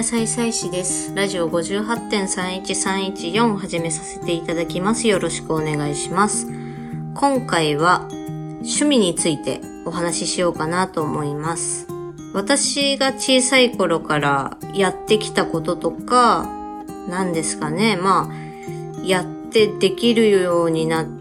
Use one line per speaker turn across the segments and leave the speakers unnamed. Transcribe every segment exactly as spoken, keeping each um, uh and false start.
菜菜師です。ラジオ ごじゅうはちてんさんいちさんいちよん 始めさせていただきます。よろしくお願いします。今回は趣味についてお話ししようかなと思います。私が小さい頃からやってきたこととか、何ですかね、まあ、やってできるようになって、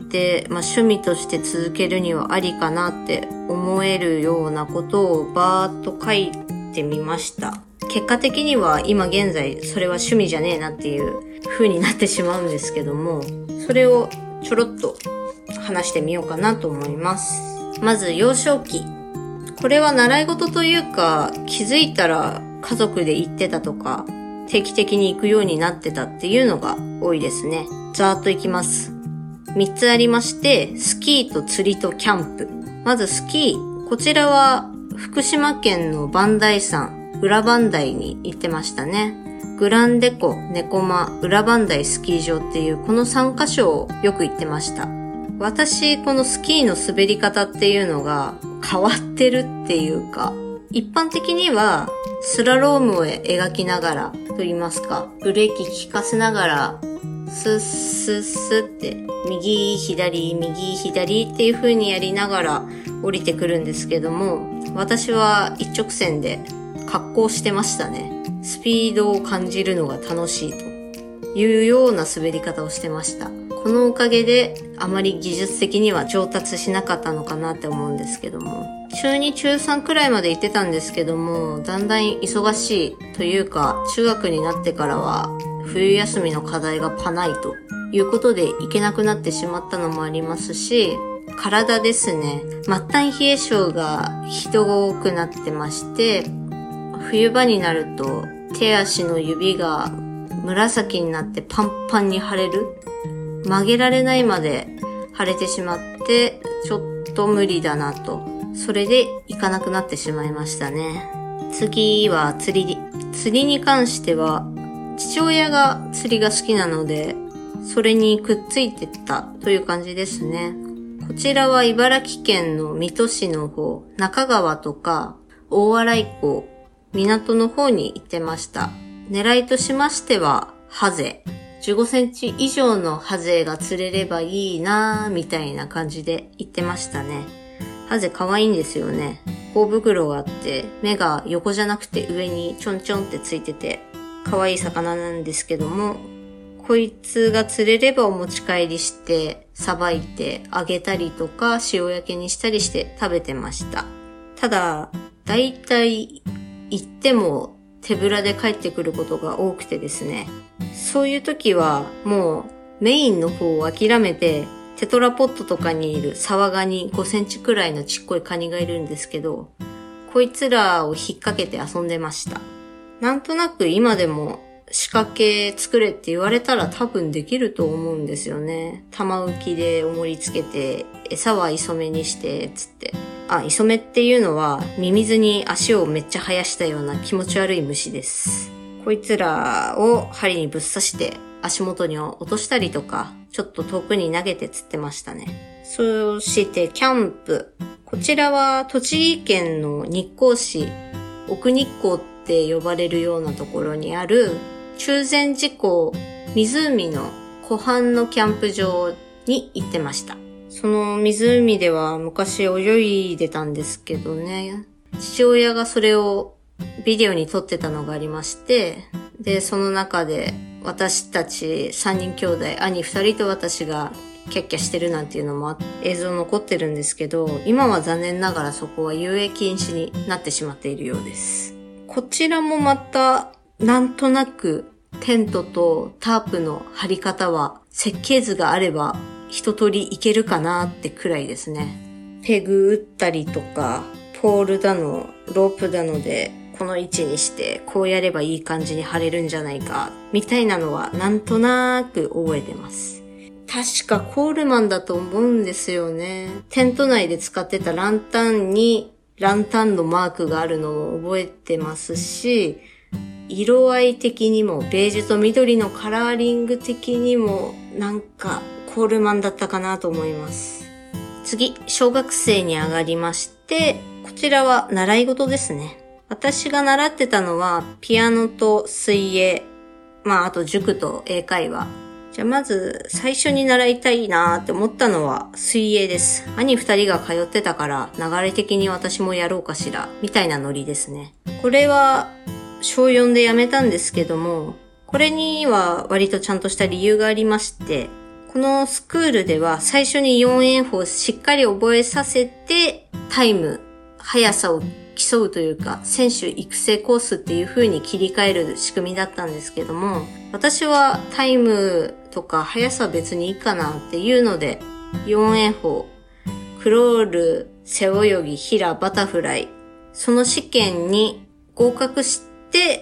まあ趣味として続けるにはありかなって思えるようなことをバーッと書いてみました。結果的には今現在それは趣味じゃねえなっていう風になってしまうんですけども、それをちょろっと話してみようかなと思います。まず幼少期。これは習い事というか、気づいたら家族で行ってたとか、定期的に行くようになってたっていうのが多いですね。ざーっと行きます。みっつありまして、スキーと釣りとキャンプ。まずスキー。こちらは福島県の磐梯山、裏磐梯に行ってましたね。グランデコ、ネコマ、裏磐梯スキー場っていうこのさんカ所をよく行ってました。私、このスキーの滑り方っていうのが変わってるっていうか、一般的にはスラロームを描きながらと言いますか、ブレーキ効かせながらスッスッスッって右左右左っていう風にやりながら降りてくるんですけども、私は一直線で滑降してましたね。スピードを感じるのが楽しいというような滑り方をしてました。このおかげであまり技術的には上達しなかったのかなって思うんですけども、中に中さんくらいまで行ってたんですけども、だんだん忙しいというか、中学になってからは冬休みの課題がパないということで行けなくなってしまったのもありますし、体ですね、末端冷え性がひどくなってまして、冬場になると手足の指が紫になってパンパンに腫れる。曲げられないまで腫れてしまって、ちょっと無理だなと。それで行かなくなってしまいましたね。次は釣り。釣りに関しては、父親が釣りが好きなので、それにくっついてったという感じですね。こちらは茨城県の水戸市の方、中川とか大洗港、港の方に行ってました。狙いとしましては、ハゼ。じゅうごセンチ以上のハゼが釣れればいいなぁ、みたいな感じで行ってましたね。ハゼ可愛いんですよね。頬袋があって、目が横じゃなくて上にちょんちょんってついてて、可愛い魚なんですけども、こいつが釣れればお持ち帰りして、さばいて揚げたりとか、塩焼きにしたりして食べてました。ただ、だいたい行っても手ぶらで帰ってくることが多くてですね。そういう時はもうメインの方を諦めて、テトラポットとかにいるサワガニごセンチくらいのちっこいカニがいるんですけど、こいつらを引っ掛けて遊んでました。なんとなく今でも仕掛け作れって言われたら多分できると思うんですよね。玉浮きで重りつけて、餌は磯目にして、つって。あ、磯目っていうのはミミズに足をめっちゃ生やしたような気持ち悪い虫です。こいつらを針にぶっ刺して足元に落としたりとか、ちょっと遠くに投げて釣ってましたね。そしてキャンプ。こちらは栃木県の日光市、奥日光って呼ばれるようなところにある中禅寺湖湖の湖畔のキャンプ場に行ってました。その湖では昔泳いでたんですけどね、父親がそれをビデオに撮ってたのがありまして、で、その中で私たちさんにん兄弟、兄ふたりと私がキャッキャしてるなんていうのも映像残ってるんですけど、今は残念ながらそこは遊泳禁止になってしまっているようです。こちらもまたなんとなくテントとタープの張り方は設計図があれば一通りいけるかなってくらいですね。ペグ打ったりとか、ポールだの、ロープだので、この位置にして、こうやればいい感じに張れるんじゃないか、みたいなのはなんとなく覚えてます。確かコールマンだと思うんですよね。テント内で使ってたランタンに、ランタンのマークがあるのを覚えてますし、色合い的にも、ベージュと緑のカラーリング的にも、なんか、コールマンだったかなと思います。次、小学生に上がりまして、こちらは習い事ですね。 私が習ってたのは、ピアノと水泳、まああと塾と英会話。じゃあまず最初に習いたいなーって思ったのは水泳です。兄二人が通ってたから流れ的に私もやろうかしら、みたいなノリですね。これは小よんでやめたんですけども、これには割とちゃんとした理由がありまして、このスクールでは最初によんえん法をしっかり覚えさせて、タイム、速さを競うというか、選手育成コースっていう風に切り替える仕組みだったんですけども、私はタイムとか速さは別にいいかなっていうので、よんえん法、クロール、背泳ぎ、平、バタフライ、その試験に合格して、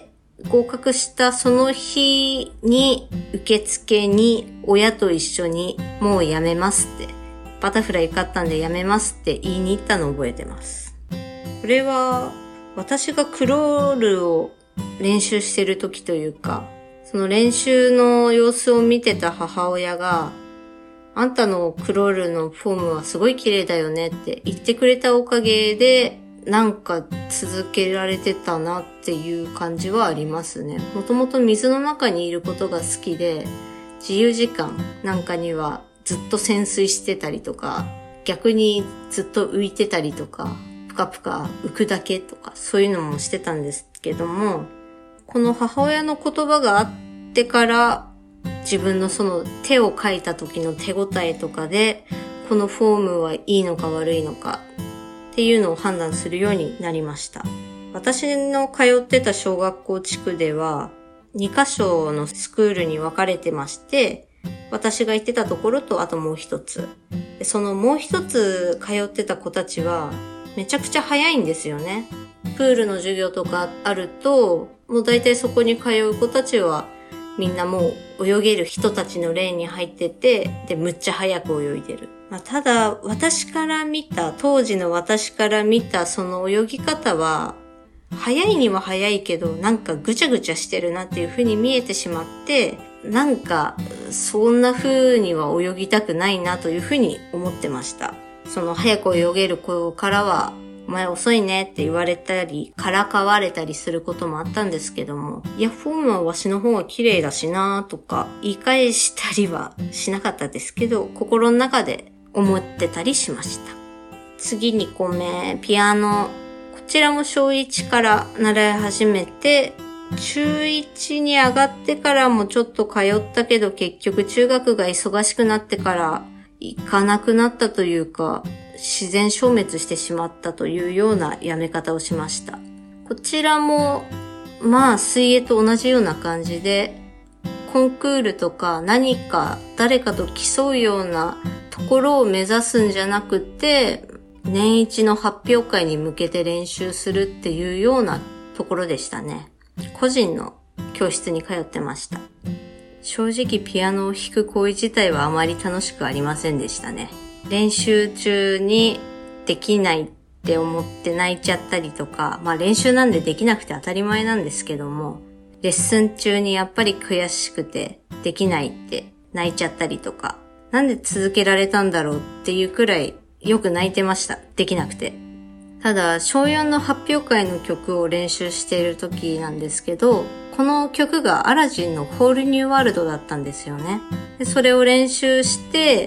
合格したその日に受付に親と一緒にもうやめますって、バタフライ受かったんでやめますって言いに行ったのを覚えてます。これは私がクロールを練習してる時というか、その練習の様子を見てた母親が、あんたのクロールのフォームはすごい綺麗だよねって言ってくれたおかげで、なんか続けられてたなっていう感じはありますね。もともと水の中にいることが好きで、自由時間なんかにはずっと潜水してたりとか、逆にずっと浮いてたりとか、ぷかぷか浮くだけとか、そういうのもしてたんですけども、この母親の言葉があってから、自分のその手を描いた時の手応えとかで、このフォームはいいのか悪いのかっていうのを判断するようになりました。私の通ってた小学校地区では、にカ所のスクールに分かれてまして、私が行ってたところとあともう一つ。そのもう一つ通ってた子たちは、めちゃくちゃ早いんですよね。プールの授業とかあると、もう大体そこに通う子たちはみんなもう泳げる人たちのレーンに入ってて、で、むっちゃ早く泳いでる。まあ、ただ、私から見た、当時の私から見たその泳ぎ方は、早いには早いけど、なんかぐちゃぐちゃしてるなっていう風に見えてしまって、なんか、そんな風には泳ぎたくないなという風に思ってました。その早く泳げる子からは、お前遅いねって言われたり、からかわれたりすることもあったんですけども、いや、フォームはわしの方が綺麗だしなとか、言い返したりはしなかったですけど、心の中で思ってたりしました。次にこめ、ピアノ。こちらも小いちから習い始めて、中いちに上がってからもちょっと通ったけど、結局中学が忙しくなってから行かなくなったというか、自然消滅してしまったというようなやめ方をしました。こちらも、まあ水泳と同じような感じで、コンクールとか何か誰かと競うようなところを目指すんじゃなくて、年一の発表会に向けて練習するっていうようなところでしたね。個人の教室に通ってました。正直ピアノを弾く行為自体はあまり楽しくありませんでしたね。練習中にできないって思って泣いちゃったりとか、まあ練習なんでできなくて当たり前なんですけども、レッスン中にやっぱり悔しくてできないって泣いちゃったりとか、なんで続けられたんだろうっていうくらいよく泣いてました。できなくて。ただ、小よんの発表会の曲を練習している時なんですけど、この曲がアラジンのホールニューワールドだったんですよね。で、それを練習して、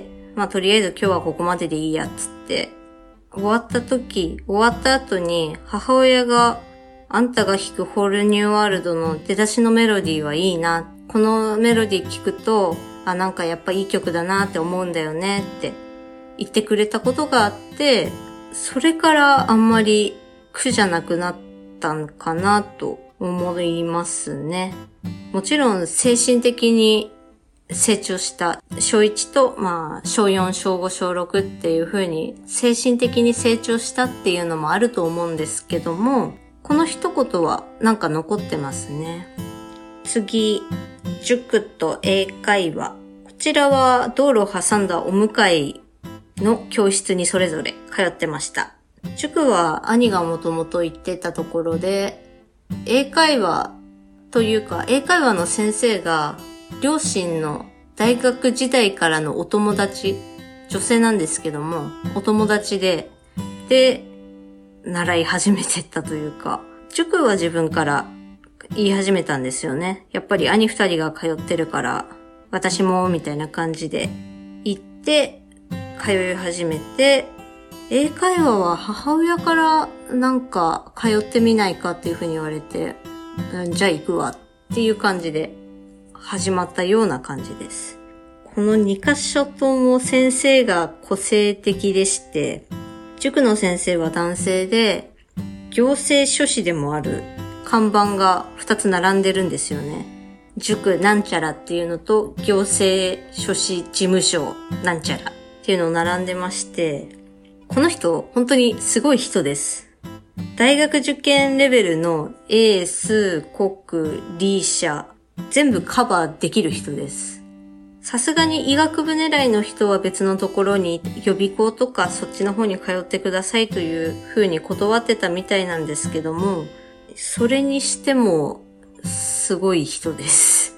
まあとりあえず今日はここまででいいやっつって、終わった時、終わった後に母親があんたが弾くホールニューワールドの出だしのメロディーはいいな。このメロディー聞くと、あ、なんかやっぱいい曲だなって思うんだよねって言ってくれたことがあって、それからあんまり苦じゃなくなったのかなと思いますね。もちろん精神的に成長した小いちと、まあ、小よん、小ご、小ろくっていう風に精神的に成長したっていうのもあると思うんですけども、この一言はなんか残ってますね。次、塾と英会話。こちらは道路を挟んだお向かいの教室にそれぞれ通ってました。塾は兄がもともと行ってたところで、英会話というか、英会話の先生が両親の大学時代からのお友達、女性なんですけども、お友達で、で、習い始めてったというか、 塾は自分から言い始めたんですよね。やっぱり兄二人が通ってるから、私もみたいな感じで行って通い始めて、英会話は母親からなんか通ってみないかっていうふうに言われて、うん、じゃあ行くわっていう感じで始まったような感じです。このに箇所とも先生が個性的でして、塾の先生は男性で、行政書士でもある看板がふたつ並んでるんですよね。塾なんちゃらっていうのと、行政書士事務所なんちゃらっていうのを並んでまして、この人、本当にすごい人です。大学受験レベルの英、数、国、理社、全部カバーできる人です。さすがに医学部狙いの人は別のところに予備校とかそっちの方に通ってくださいという風に断ってたみたいなんですけども、それにしてもすごい人です。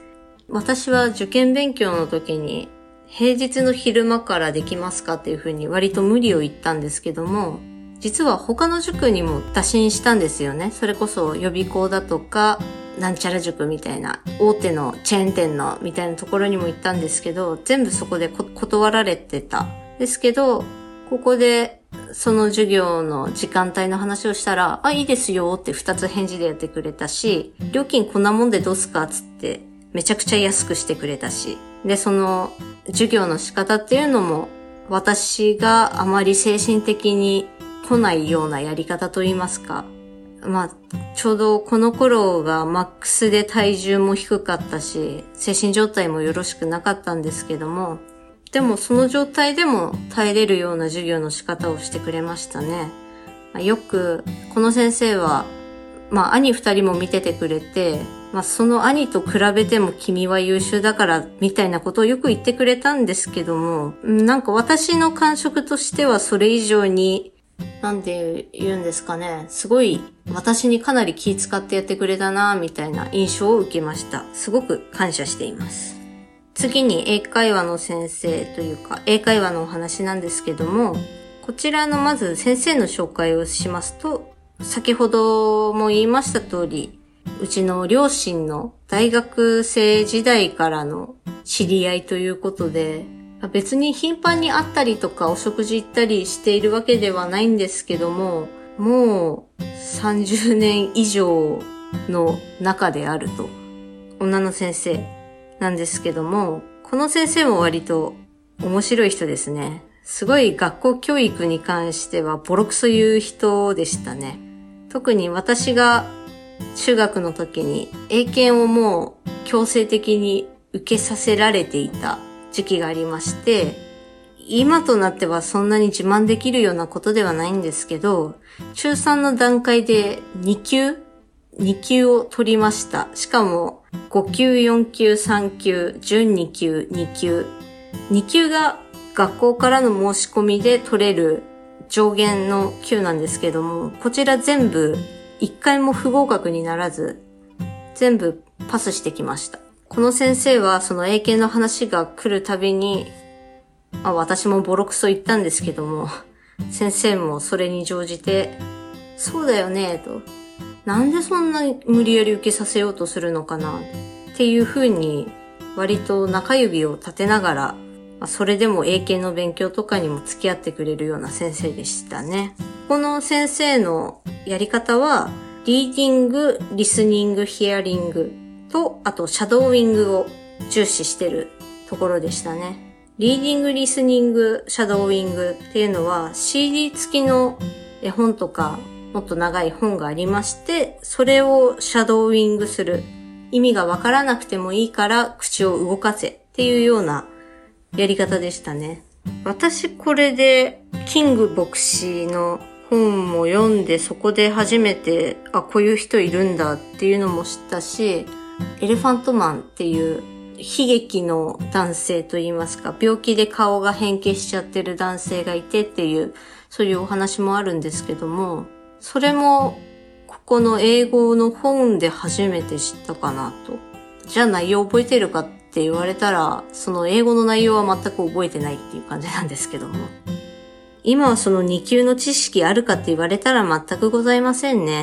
私は受験勉強の時に平日の昼間からできますかっていう風に割と無理を言ったんですけども、実は他の塾にも打診したんですよね。それこそ予備校だとか、なんちゃら塾みたいな、大手のチェーン店のみたいなところにも行ったんですけど、全部そこでこ断られてた。ですけど、ここでその授業の時間帯の話をしたら、あ、いいですよって二つ返事でやってくれたし、料金こんなもんでどうすかつってめちゃくちゃ安くしてくれたし、で、その授業の仕方っていうのも私があまり精神的に来ないようなやり方といいますか、まあ、ちょうどこの頃がマックスで体重も低かったし、精神状態もよろしくなかったんですけども、でもその状態でも耐えれるような授業の仕方をしてくれましたね。まあ、よく、この先生は、まあ兄二人も見ててくれて、まあその兄と比べても君は優秀だからみたいなことをよく言ってくれたんですけども、なんか私の感触としてはそれ以上に、なんで言うんですかね。すごい私にかなり気遣ってやってくれたなみたいな印象を受けました。すごく感謝しています。次に英会話の先生というか英会話のお話なんですけども、こちらのまず先生の紹介をしますと、先ほども言いました通り、うちの両親の大学生時代からの知り合いということで、別に頻繁に会ったりとかお食事行ったりしているわけではないんですけども、もうさんじゅうねん以上の中であると。女の先生なんですけども、この先生も割と面白い人ですね。すごい学校教育に関してはボロクソ言う人でしたね。特に私が中学の時に英検をもう強制的に受けさせられていた時期がありまして、今となってはそんなに自慢できるようなことではないんですけど、中さんの段階でに級 ?に 級を取りました。しかもご級、よん級、さん級、準に級、に級。に級が学校からの申し込みで取れる上限の級なんですけども、こちら全部一回も不合格にならず、全部パスしてきました。この先生はその英検の話が来るたびに、あ、私もボロクソ言ったんですけども、先生もそれに乗じて、そうだよね、と。なんでそんな無理やり受けさせようとするのかな、っていう風に、割と中指を立てながら、それでも英検の勉強とかにも付き合ってくれるような先生でしたね。この先生のやり方は、リーディング、リスニング、ヒアリングと、あとシャドーイングを重視してるところでしたね。リーディング、リスニング、シャドーイングっていうのは シーディー 付きの絵本とかもっと長い本がありまして、それをシャドーイングする。意味がわからなくてもいいから口を動かせっていうようなやり方でしたね。私これでキング牧師の本も読んで、そこで初めて、あ、こういう人いるんだっていうのも知ったし、エレファントマンっていう悲劇の男性といいますか、病気で顔が変形しちゃってる男性がいてっていう、そういうお話もあるんですけども、それもここの英語の本で初めて知ったかなと。じゃあ内容覚えてるかって言われたら、その英語の内容は全く覚えてないっていう感じなんですけども。今はそのに級の知識あるかって言われたら全くございませんね。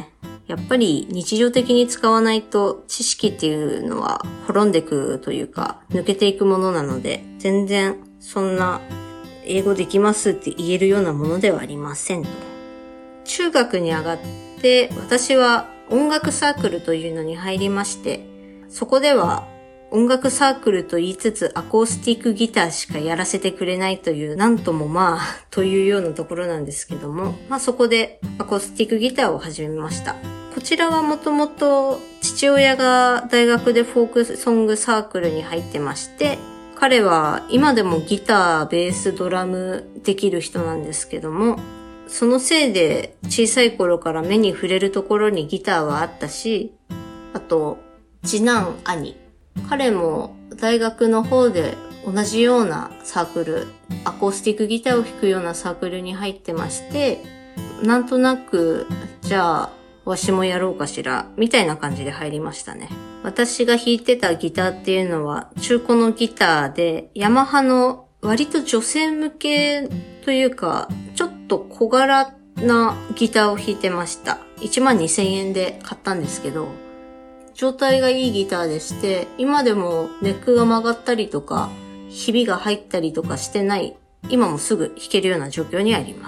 やっぱり日常的に使わないと知識っていうのは滅んでくというか抜けていくものなので、全然そんな英語できますって言えるようなものではありませんと。中学に上がって私は音楽サークルというのに入りまして、そこでは音楽サークルと言いつつアコースティックギターしかやらせてくれないという、なんともまあというようなところなんですけども、まあそこでアコースティックギターを始めました。こちらはもともと父親が大学でフォークソングサークルに入ってまして、彼は今でもギター、ベース、ドラムできる人なんですけども、そのせいで小さい頃から目に触れるところにギターはあったし、あと次男、兄。彼も大学の方で同じようなサークル、アコースティックギターを弾くようなサークルに入ってまして、なんとなく、じゃあ、わしもやろうかしら、みたいな感じで入りましたね。私が弾いてたギターっていうのは中古のギターで、ヤマハの割と女性向けというか、ちょっと小柄なギターを弾いてました。いちまんにせんえんで買ったんですけど、状態がいいギターでして、今でもネックが曲がったりとか、ひびが入ったりとかしてない、今もすぐ弾けるような状況にあります。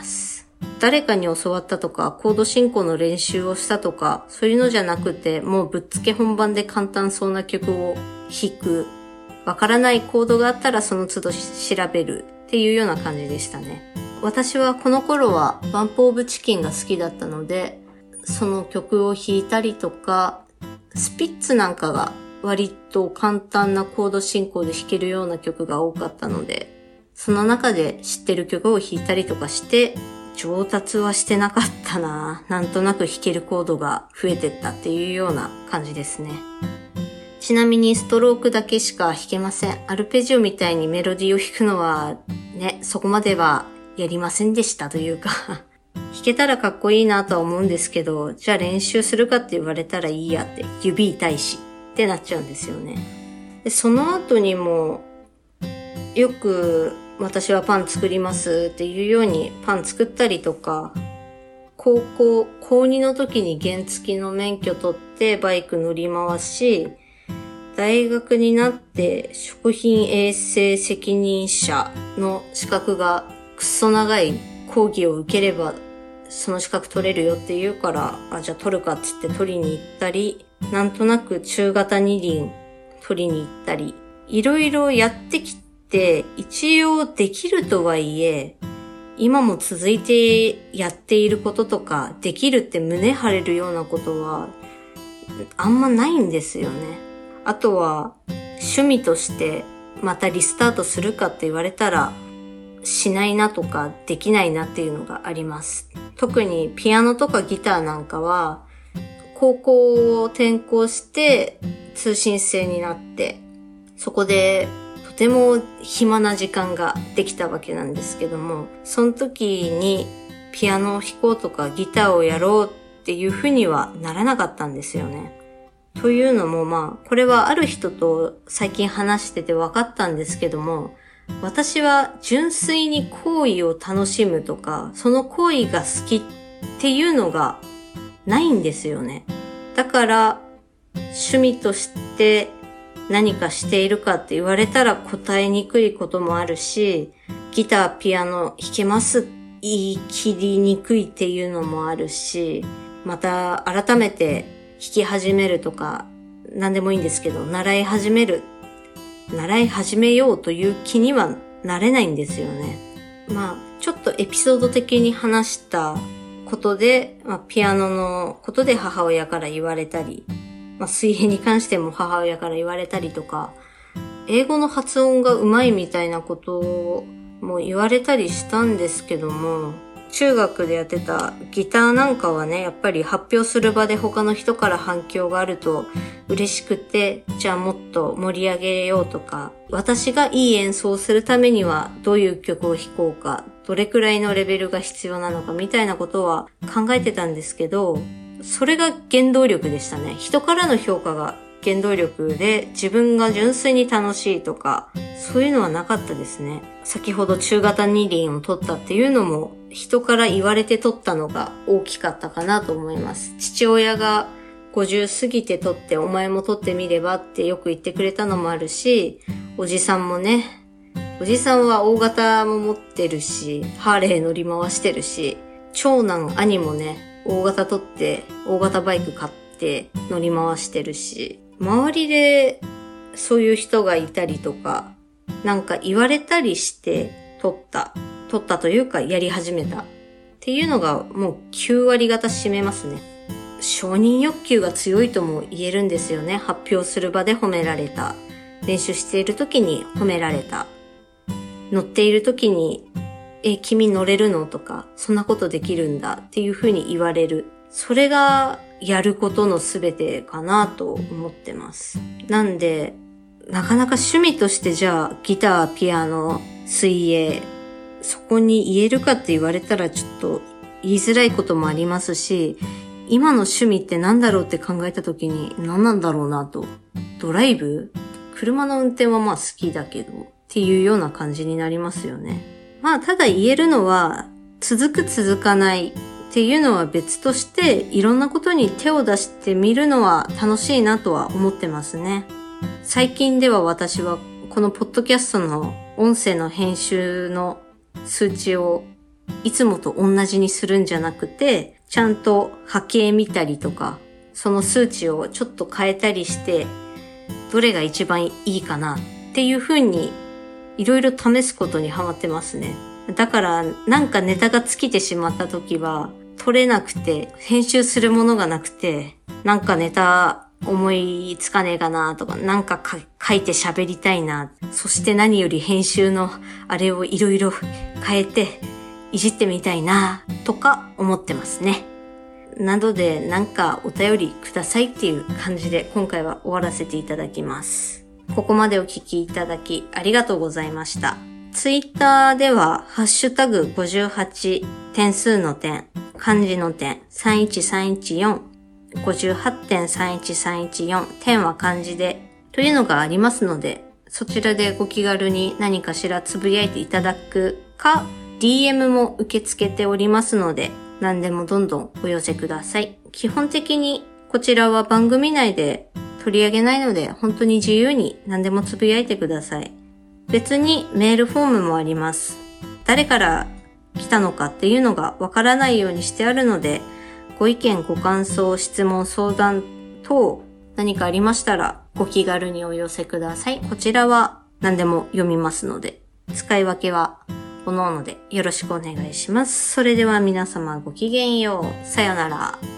誰かに教わったとか、コード進行の練習をしたとか、そういうのじゃなくて、もうぶっつけ本番で簡単そうな曲を弾く。わからないコードがあったらその都度調べるっていうような感じでしたね。私はこの頃はバンプオブチキンが好きだったので、その曲を弾いたりとか、スピッツなんかが割と簡単なコード進行で弾けるような曲が多かったので、その中で知ってる曲を弾いたりとかして、上達はしてなかったな。なんとなく弾けるコードが増えてったっていうような感じですね。ちなみにストロークだけしか弾けません。アルペジオみたいにメロディーを弾くのはね、そこまではやりませんでしたというか弾けたらかっこいいなとは思うんですけど、じゃあ練習するかって言われたらいいやって、指痛いしってなっちゃうんですよね。で、その後にもよく私はパン作りますっていうようにパン作ったりとか、高校、高にの時に原付きの免許取ってバイク乗り回し、大学になって食品衛生責任者の資格がくっそ長い講義を受ければその資格取れるよって言うから、あ、じゃあ取るかって言って取りに行ったり、なんとなく中型二輪取りに行ったり、いろいろやってきて、一応できるとはいえ、今も続いてやっていることとか、できるって胸張れるようなことは、あんまないんですよね。あとは、趣味としてまたリスタートするかって言われたら、しないなとかできないなっていうのがあります。特にピアノとかギターなんかは、高校を転校して通信制になって、そこでとても暇な時間ができたわけなんですけども、その時にピアノを弾こうとかギターをやろうっていうふうにはならなかったんですよね。というのもまあ、これはある人と最近話してて分かったんですけども、私は純粋に行為を楽しむとか、その行為が好きっていうのがないんですよね。だから趣味として何かしているかって言われたら答えにくいこともあるし、ギター、ピアノ弾けます言い切りにくいっていうのもあるし、また改めて弾き始めるとか何でもいいんですけど、習い始める習い始めようという気にはなれないんですよね。まあちょっとエピソード的に話したことで、まあ、ピアノのことで母親から言われたり、まあ、水泳に関しても母親から言われたりとか、英語の発音が上手いみたいなことも言われたりしたんですけども、中学でやってたギターなんかはね、やっぱり発表する場で他の人から反響があると嬉しくて、じゃあもっと盛り上げようとか、私がいい演奏をするためにはどういう曲を弾こうか、どれくらいのレベルが必要なのかみたいなことは考えてたんですけど、それが原動力でしたね。人からの評価が原動力で、自分が純粋に楽しいとか、 そういうのはなかったですね。先ほど中型二輪を取ったっていうのも人から言われて取ったのが大きかったかなと思います。父親がごじゅう過ぎて取ってお前も取ってみればってよく言ってくれたのもあるし、おじさんもね、おじさんは大型も持ってるし、ハーレー乗り回してるし、長男兄もね、大型取って大型バイク買って乗り回してるし、周りでそういう人がいたりとか、なんか言われたりして取った、取ったというかやり始めたっていうのがもうきゅうわり方占めますね。承認欲求が強いとも言えるんですよね。発表する場で褒められた。練習している時に褒められた。乗っている時に、え、君乗れるのとか、そんなことできるんだっていう風に言われる。それがやることのすべてかなと思ってます。なんで、なかなか趣味としてじゃあギター、ピアノ、水泳、そこに言えるかって言われたらちょっと言いづらいこともありますし、今の趣味って何だろうって考えた時に何なんだろうなと。ドライブ？車の運転はまあ好きだけどっていうような感じになりますよね。まあただ言えるのは続く続かないっていうのは別としていろんなことに手を出してみるのは楽しいなとは思ってますね。最近では私はこのポッドキャストの音声の編集の数値をいつもと同じにするんじゃなくて、ちゃんと波形見たりとか、その数値をちょっと変えたりして、どれが一番いいかなっていう風にいろいろ試すことにハマってますね。だからなんかネタが尽きてしまった時は、取れなくて、編集するものがなくて、なんかネタ思いつかねえかなとか、なんかか書いて喋りたいな。そして何より編集のあれをいろいろ変えていじってみたいなとか思ってますね。なのでなんかお便りくださいっていう感じで今回は終わらせていただきます。ここまでお聞きいただきありがとうございました。ツイッターではハッシュタグごじゅうはち点数の点、漢字の点さんいちさんいちよんごじゅうはちてんさんいちさんいちよん点は漢字でというのがありますので、そちらでご気軽に何かしらつぶやいていただくか ディーエム も受け付けておりますので、何でもどんどんお寄せください。基本的にこちらは番組内で取り上げないので、本当に自由に何でもつぶやいてください。別にメールフォームもあります。誰から来たのかっていうのがわからないようにしてあるので、ご意見、ご感想、質問、相談等何かありましたらご気軽にお寄せください。こちらは何でも読みますので、使い分けは各々でよろしくお願いします。それでは皆様ごきげんよう。さよなら。